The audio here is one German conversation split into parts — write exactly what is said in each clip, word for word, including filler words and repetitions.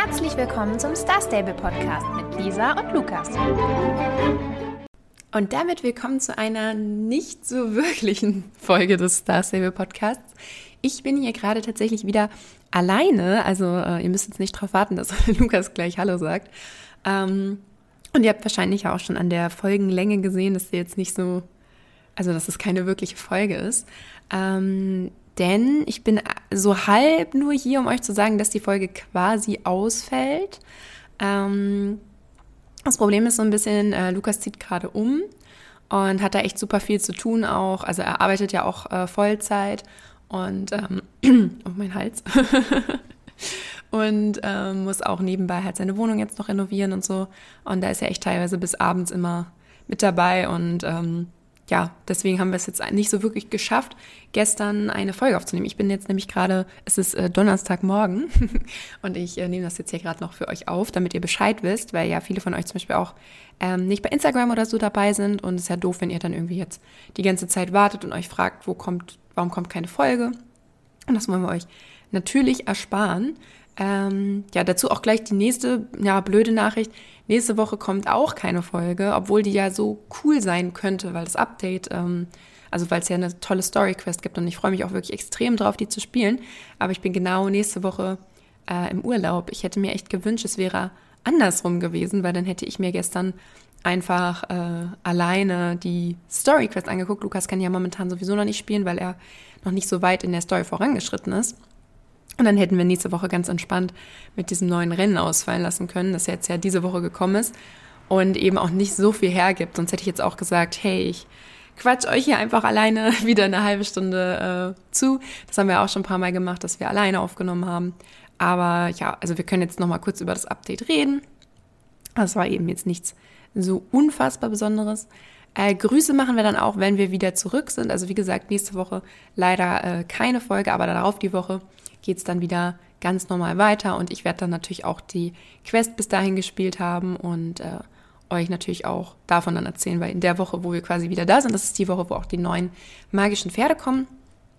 Herzlich willkommen zum Star Stable Podcast mit Lisa und Lukas. Und damit willkommen zu einer nicht so wirklichen Folge des Star Stable Podcasts. Ich bin hier gerade tatsächlich wieder alleine, also äh, ihr müsst jetzt nicht darauf warten, dass Lukas gleich Hallo sagt. Ähm, und ihr habt wahrscheinlich auch schon an der Folgenlänge gesehen, dass sie jetzt nicht so, also dass es keine wirkliche Folge ist. Ähm, denn ich bin so halb nur hier, um euch zu sagen, dass die Folge quasi ausfällt. Ähm, das Problem ist so ein bisschen, äh, Lukas zieht gerade um und hat da echt super viel zu tun auch. Also er arbeitet ja auch äh, Vollzeit und, ähm, oh mein Hals, und ähm, muss auch nebenbei halt seine Wohnung jetzt noch renovieren und so. Und da ist er echt teilweise bis abends immer mit dabei und ähm, ja, deswegen haben wir es jetzt nicht so wirklich geschafft, gestern eine Folge aufzunehmen. Ich bin jetzt nämlich gerade, es ist äh, Donnerstagmorgen und ich äh, nehme das jetzt hier gerade noch für euch auf, damit ihr Bescheid wisst, weil ja viele von euch zum Beispiel auch ähm, nicht bei Instagram oder so dabei sind und es ist ja doof, wenn ihr dann irgendwie jetzt die ganze Zeit wartet und euch fragt, wo kommt, warum kommt keine Folge? Und das wollen wir euch natürlich ersparen. Ähm, ja, dazu auch gleich die nächste, ja, blöde Nachricht. Nächste Woche kommt auch keine Folge, obwohl die ja so cool sein könnte, weil das Update, ähm, also weil es ja eine tolle Story-Quest gibt und ich freue mich auch wirklich extrem drauf, die zu spielen. Aber ich bin genau nächste Woche äh, im Urlaub. Ich hätte mir echt gewünscht, es wäre andersrum gewesen, weil dann hätte ich mir gestern einfach äh, alleine die Story-Quest angeguckt. Lukas kann ja momentan sowieso noch nicht spielen, weil er noch nicht so weit in der Story vorangeschritten ist. Und dann hätten wir nächste Woche ganz entspannt mit diesem neuen Rennen ausfallen lassen können, das jetzt ja diese Woche gekommen ist und eben auch nicht so viel hergibt. Sonst hätte ich jetzt auch gesagt, hey, ich quatsch euch hier einfach alleine wieder eine halbe Stunde äh, zu. Das haben wir auch schon ein paar Mal gemacht, dass wir alleine aufgenommen haben. Aber ja, also wir können jetzt nochmal kurz über das Update reden. Das war eben jetzt nichts so unfassbar Besonderes. Äh, Grüße machen wir dann auch, wenn wir wieder zurück sind. Also wie gesagt, nächste Woche leider äh, keine Folge, aber darauf die Woche geht es dann wieder ganz normal weiter und ich werde dann natürlich auch die Quest bis dahin gespielt haben und äh, euch natürlich auch davon dann erzählen, weil in der Woche, wo wir quasi wieder da sind, das ist die Woche, wo auch die neuen magischen Pferde kommen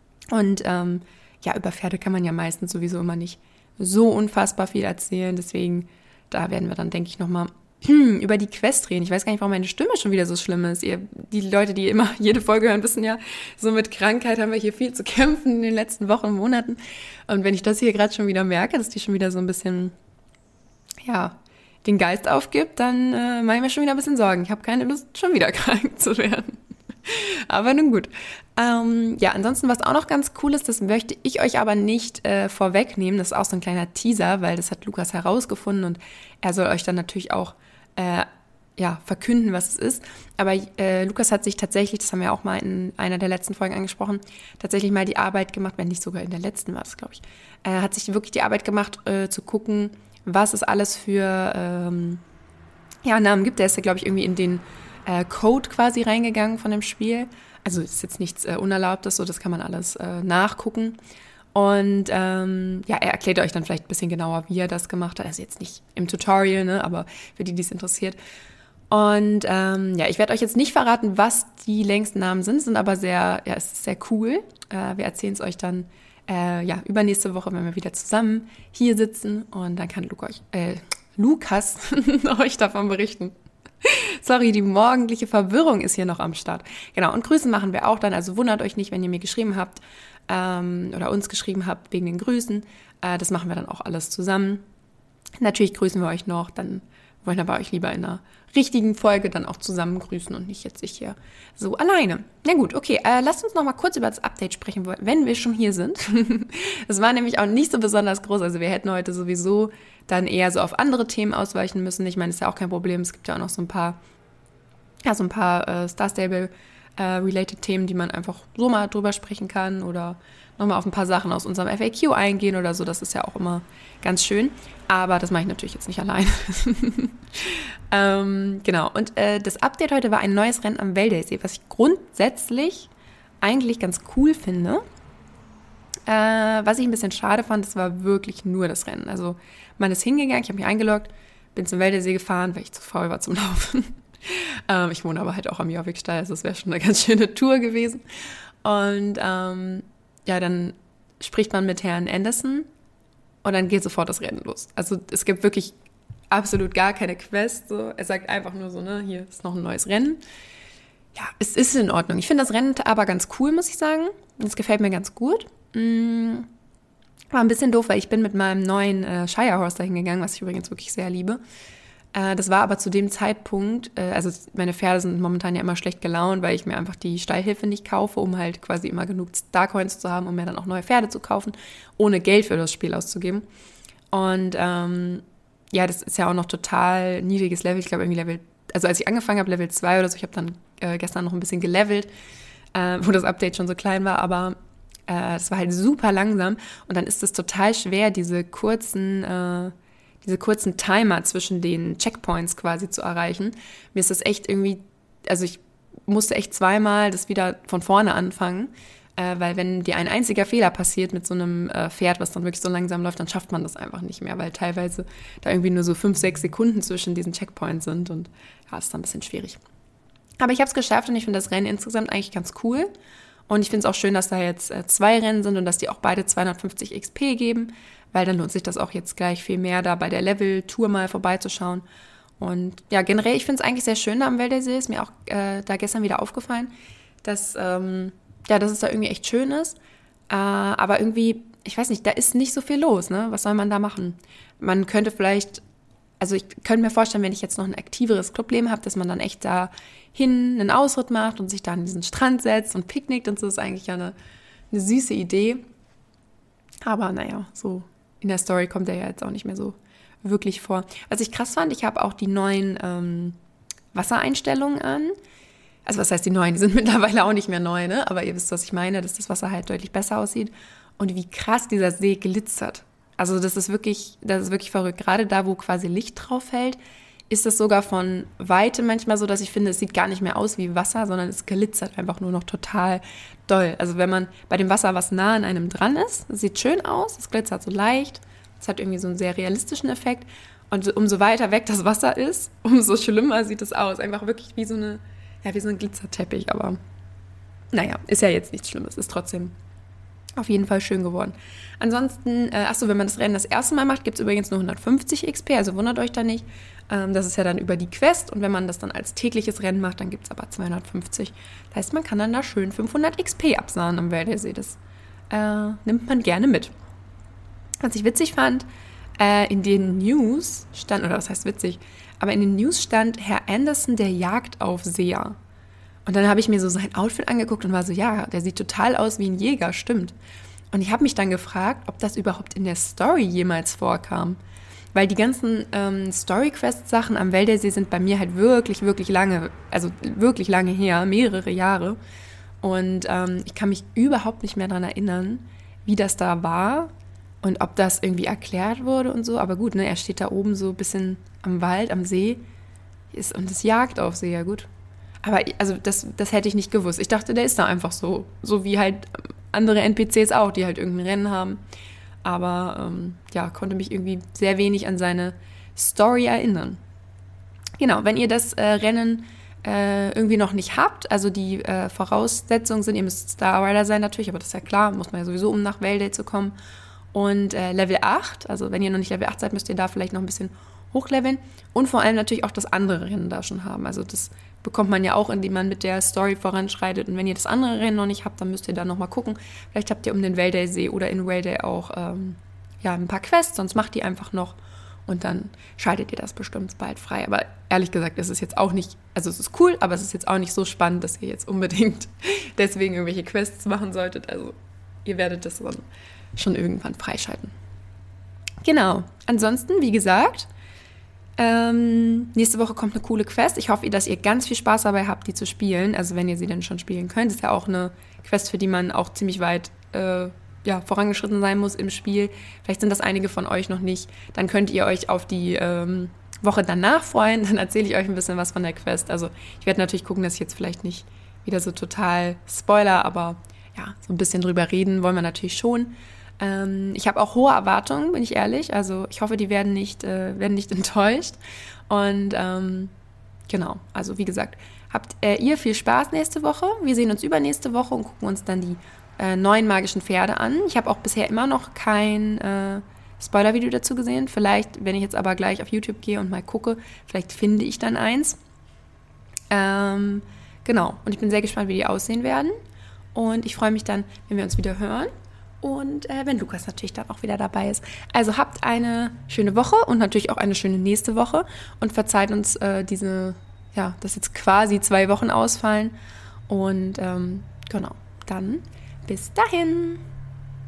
und ähm, ja, über Pferde kann man ja meistens sowieso immer nicht so unfassbar viel erzählen, deswegen da werden wir dann, denke ich, nochmal über die Quest reden. Ich weiß gar nicht, warum meine Stimme schon wieder so schlimm ist. Ihr, die Leute, die immer jede Folge hören, wissen ja, so mit Krankheit haben wir hier viel zu kämpfen in den letzten Wochen und Monaten. Und wenn ich das hier gerade schon wieder merke, dass die schon wieder so ein bisschen, ja, den Geist aufgibt, dann äh, mache ich mir schon wieder ein bisschen Sorgen. Ich habe keine Lust, schon wieder krank zu werden. Aber nun gut. Ähm, ja, ansonsten, was auch noch ganz cool ist, das möchte ich euch aber nicht äh, vorwegnehmen. Das ist auch so ein kleiner Teaser, weil das hat Lukas herausgefunden und er soll euch dann natürlich auch äh, ja, verkünden, was es ist. Aber äh, Lukas hat sich tatsächlich, das haben wir auch mal in einer der letzten Folgen angesprochen, tatsächlich mal die Arbeit gemacht, wenn nicht sogar in der letzten war das, glaube ich, äh, hat sich wirklich die Arbeit gemacht, äh, zu gucken, was es alles für ähm, ja, Namen gibt. Der ist ja, glaube ich, irgendwie in den äh, Code quasi reingegangen von dem Spiel. Also ist jetzt nichts äh, Unerlaubtes, so das kann man alles äh, nachgucken. Und ähm, ja, er erklärt euch dann vielleicht ein bisschen genauer, wie er das gemacht hat. Also jetzt nicht im Tutorial, ne, aber für die, die es interessiert. Und ähm, ja, ich werde euch jetzt nicht verraten, was die längsten Namen sind, sind aber sehr, ja, es ist sehr cool. Äh, wir erzählen es euch dann äh, ja, übernächste Woche, wenn wir wieder zusammen hier sitzen. Und dann kann Luke euch, äh, Lukas euch davon berichten. Sorry, die morgendliche Verwirrung ist hier noch am Start. Genau, und Grüßen machen wir auch dann. Also wundert euch nicht, wenn ihr mir geschrieben habt ähm, oder uns geschrieben habt wegen den Grüßen. Äh, das machen wir dann auch alles zusammen. Natürlich grüßen wir euch noch, dann wollen wir bei euch lieber in einer richtigen Folge dann auch zusammen grüßen und nicht jetzt ich hier so alleine. Na gut, okay, äh, lasst uns noch mal kurz über das Update sprechen, wenn wir schon hier sind. Das war nämlich auch nicht so besonders groß, also wir hätten heute sowieso dann eher so auf andere Themen ausweichen müssen. Ich meine, ist ja auch kein Problem, es gibt ja auch noch so ein paar, ja, so ein paar äh, Star Stable äh, related Themen, die man einfach so mal drüber sprechen kann oder nochmal auf ein paar Sachen aus unserem F A Q eingehen oder so, das ist ja auch immer ganz schön, aber das mache ich natürlich jetzt nicht allein. ähm, genau, und äh, das Update heute war ein neues Rennen am Waldaysee, was ich grundsätzlich eigentlich ganz cool finde. Äh, was ich ein bisschen schade fand, das war wirklich nur das Rennen. Also man ist hingegangen, ich habe mich eingeloggt, bin zum Waldaysee gefahren, weil ich zu faul war zum Laufen. ähm, ich wohne aber halt auch am Jorviksteil, also das wäre schon eine ganz schöne Tour gewesen. Und ähm, ja, dann spricht man mit Herrn Anderson und dann geht sofort das Rennen los. Also es gibt wirklich absolut gar keine Quest. So. Er sagt einfach nur so, ne, hier ist noch ein neues Rennen. Ja, es ist in Ordnung. Ich finde das Rennen aber ganz cool, muss ich sagen. Das gefällt mir ganz gut. Mm, war ein bisschen doof, weil ich bin mit meinem neuen äh, Shire Horse dahin gegangen, was ich übrigens wirklich sehr liebe. Äh, das war aber zu dem Zeitpunkt, äh, also meine Pferde sind momentan ja immer schlecht gelaunt, weil ich mir einfach die Stallhilfe nicht kaufe, um halt quasi immer genug Starcoins zu haben, um mir dann auch neue Pferde zu kaufen, ohne Geld für das Spiel auszugeben. Und ähm, ja, das ist ja auch noch total niedriges Level. Ich glaube irgendwie Level, also als ich angefangen habe, Level zwei oder so, ich habe dann äh, gestern noch ein bisschen gelevelt, äh, wo das Update schon so klein war, aber äh, es war halt super langsam und dann ist es total schwer, diese kurzen, äh, diese kurzen Timer zwischen den Checkpoints quasi zu erreichen. Mir ist das echt irgendwie, also ich musste echt zweimal das wieder von vorne anfangen, äh, weil wenn dir ein einziger Fehler passiert mit so einem äh, Pferd, was dann wirklich so langsam läuft, dann schafft man das einfach nicht mehr, weil teilweise da irgendwie nur so fünf, sechs Sekunden zwischen diesen Checkpoints sind und ja, ist dann ein bisschen schwierig. Aber ich habe es geschafft und ich finde das Rennen insgesamt eigentlich ganz cool. Und ich finde es auch schön, dass da jetzt äh, zwei Rennen sind und dass die auch beide zweihundertfünfzig X P geben, weil dann lohnt sich das auch jetzt gleich viel mehr, da bei der Level-Tour mal vorbeizuschauen. Und ja, generell, ich finde es eigentlich sehr schön da am Wäldersee, ist mir auch äh, da gestern wieder aufgefallen, dass, ähm, ja, dass es da irgendwie echt schön ist. Äh, aber irgendwie, ich weiß nicht, da ist nicht so viel los, ne? Was soll man da machen? Man könnte vielleicht, also ich könnte mir vorstellen, wenn ich jetzt noch ein aktiveres Clubleben habe, dass man dann echt da hin einen Ausritt macht und sich da an diesen Strand setzt und picknickt und so, ist eigentlich ja eine, eine süße Idee. Aber naja, so in der Story kommt er ja jetzt auch nicht mehr so wirklich vor. Was ich krass fand, ich habe auch die neuen ähm, Wassereinstellungen an. Also was heißt die neuen? Die sind mittlerweile auch nicht mehr neu, ne? Aber ihr wisst, was ich meine, dass das Wasser halt deutlich besser aussieht. Und wie krass dieser See glitzert. Also das ist wirklich, das ist wirklich verrückt. Gerade da, wo quasi Licht drauf fällt, ist das sogar von Weitem manchmal so, dass ich finde, es sieht gar nicht mehr aus wie Wasser, sondern es glitzert einfach nur noch total doll. Also wenn man bei dem Wasser, was nah an einem dran ist, das sieht schön aus, es glitzert so leicht, es hat irgendwie so einen sehr realistischen Effekt. Und umso weiter weg das Wasser ist, umso schlimmer sieht es aus. Einfach wirklich wie so eine, ja, wie so ein Glitzerteppich. Aber naja, ist ja jetzt nichts Schlimmes, ist trotzdem auf jeden Fall schön geworden. Ansonsten, äh, achso, wenn man das Rennen das erste Mal macht, gibt es übrigens nur hundertfünfzig X P, also wundert euch da nicht. Ähm, das ist ja dann über die Quest und wenn man das dann als tägliches Rennen macht, dann gibt es aber zweihundertfünfzig. Das heißt, man kann dann da schön fünfhundert X P absahnen am Wäldersee. Das äh, nimmt man gerne mit. Was ich witzig fand, äh, in den News stand, oder was heißt witzig, aber in den News stand Herr Anderson, der Jagdaufseher. Und dann habe ich mir so sein Outfit angeguckt und war so, ja, der sieht total aus wie ein Jäger, stimmt. Und ich habe mich dann gefragt, ob das überhaupt in der Story jemals vorkam. Weil die ganzen ähm, Story-Quest-Sachen am Wäldersee sind bei mir halt wirklich, wirklich lange, also wirklich lange her, mehrere Jahre. Und ähm, ich kann mich überhaupt nicht mehr daran erinnern, wie das da war und ob das irgendwie erklärt wurde und so. Aber gut, ne, er steht da oben so ein bisschen am Wald, am See ist, und es jagt auf See, ja gut. Aber also das, das hätte ich nicht gewusst. Ich dachte, der ist da einfach so. So wie halt andere N P Cs auch, die halt irgendein Rennen haben. Aber ähm, ja, konnte mich irgendwie sehr wenig an seine Story erinnern. Genau, wenn ihr das äh, Rennen äh, irgendwie noch nicht habt, also die äh, Voraussetzungen sind, ihr müsst Star Rider sein natürlich, aber das ist ja klar, muss man ja sowieso, um nach Valdale zu kommen. Und äh, Level acht, also wenn ihr noch nicht Level acht seid, müsst ihr da vielleicht noch ein bisschen hochleveln. Und vor allem natürlich auch das andere Rennen da schon haben. Also das bekommt man ja auch, indem man mit der Story voranschreitet. Und wenn ihr das andere Rennen noch nicht habt, dann müsst ihr da nochmal gucken. Vielleicht habt ihr um den Valdale-See oder in Valdale auch ähm, ja, ein paar Quests, sonst macht die einfach noch. Und dann schaltet ihr das bestimmt bald frei. Aber ehrlich gesagt, es ist jetzt auch nicht, also es ist cool, aber es ist jetzt auch nicht so spannend, dass ihr jetzt unbedingt deswegen irgendwelche Quests machen solltet. Also ihr werdet das dann schon irgendwann freischalten. Genau. Ansonsten, wie gesagt, Ähm, nächste Woche kommt eine coole Quest. Ich hoffe, dass ihr ganz viel Spaß dabei habt, die zu spielen. Also wenn ihr sie denn schon spielen könnt. Das ist ja auch eine Quest, für die man auch ziemlich weit äh, ja, vorangeschritten sein muss im Spiel. Vielleicht sind das einige von euch noch nicht. Dann könnt ihr euch auf die ähm, Woche danach freuen. Dann erzähle ich euch ein bisschen was von der Quest. Also ich werde natürlich gucken, dass ich jetzt vielleicht nicht wieder so total spoiler, aber ja, so ein bisschen drüber reden wollen wir natürlich schon. Ähm, ich habe auch hohe Erwartungen, bin ich ehrlich. Also ich hoffe, die werden nicht, äh, werden nicht enttäuscht. Und ähm, genau, also wie gesagt, habt äh, ihr viel Spaß nächste Woche. Wir sehen uns übernächste Woche und gucken uns dann die äh, neuen magischen Pferde an. Ich habe auch bisher immer noch kein, äh, Spoiler-Video dazu gesehen. Vielleicht, wenn ich jetzt aber gleich auf YouTube gehe und mal gucke, vielleicht finde ich dann eins. Ähm, genau. Und ich bin sehr gespannt, wie die aussehen werden. Und ich freue mich dann, wenn wir uns wieder hören. Und äh, wenn Lukas natürlich dann auch wieder dabei ist. Also habt eine schöne Woche und natürlich auch eine schöne nächste Woche. Und verzeiht uns äh, diese, ja, dass jetzt quasi zwei Wochen ausfallen. Und ähm, genau, dann bis dahin.